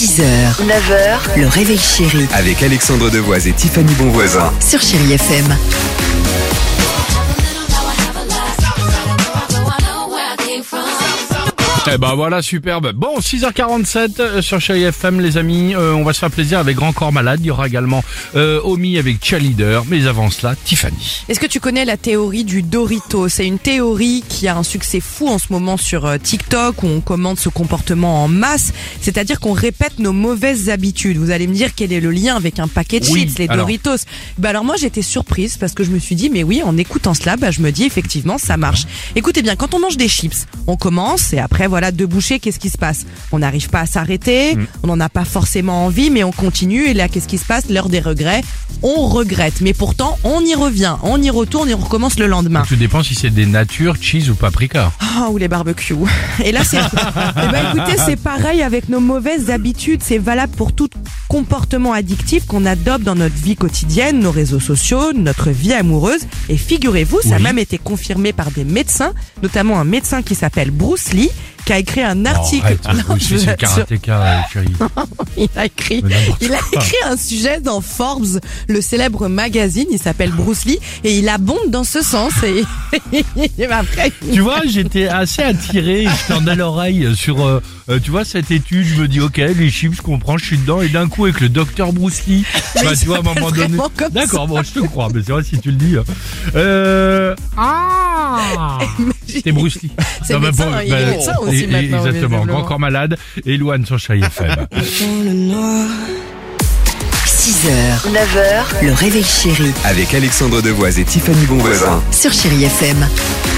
6h, 9h, le réveil chéri Avec Alexandre Devoise et Tiffany Bonvoisin. sur Chéri FM. Eh ben voilà, superbe. Bon, 6h47 sur Chéri FM, les amis. On va se faire plaisir avec Grand Corps Malade. Il y aura également Omi avec Cheerleader. Mais avant cela, Tiffany. Est-ce que tu connais la théorie du Dorito? C'est une théorie qui a un succès fou en ce moment sur TikTok où on commande ce comportement en masse. C'est-à-dire qu'on répète nos mauvaises habitudes. Vous allez me dire quel est le lien avec un paquet de chips, les Doritos. Alors moi j'étais surprise parce que je me suis dit mais oui, en écoutant cela, je me dis effectivement ça marche. Écoutez bien, quand on mange des chips, on commence et après voilà 2 bouchées, qu'est-ce qui se passe? On n'arrive pas à s'arrêter, on n'en a pas forcément envie, mais on continue et là qu'est-ce qui se passe? L'heure des regrets, on regrette, mais pourtant on y revient, on y retourne et on recommence le lendemain. Tout dépend si c'est des natures, cheese ou paprika. Ou les barbecues. Et là c'est écoutez, c'est pareil avec nos mauvaises habitudes, c'est valable pour tout comportement addictif qu'on adopte dans notre vie quotidienne, nos réseaux sociaux, notre vie amoureuse. Et figurez-vous, ça a même été confirmé par des médecins, notamment un médecin qui s'appelle Bruce Lee, qui a écrit un article. C'est le karatéka, chérie. Il a écrit un sujet dans Forbes, le célèbre magazine. Il s'appelle Bruce Lee et il abonde dans ce sens. Et après, Tu vois, j'étais assez attiré. Je tendais l'oreille sur, tu vois, cette étude. Je me dis, ok, les chips, je comprends, je suis dedans. Et d'un coup, avec le docteur Bruce Lee, tu vois, à un moment donné. D'accord, bon, je te crois, mais c'est vrai si tu le dis. C'était Bruce Lee. C'est médecin, il est médecin aussi maintenant. Exactement, Grand Corps Malade et Louane sur Chéri FM. 6h, 9h, le réveil chéri Avec Alexandre Devoise et Tiffany Bonvoisin. sur Chéri FM.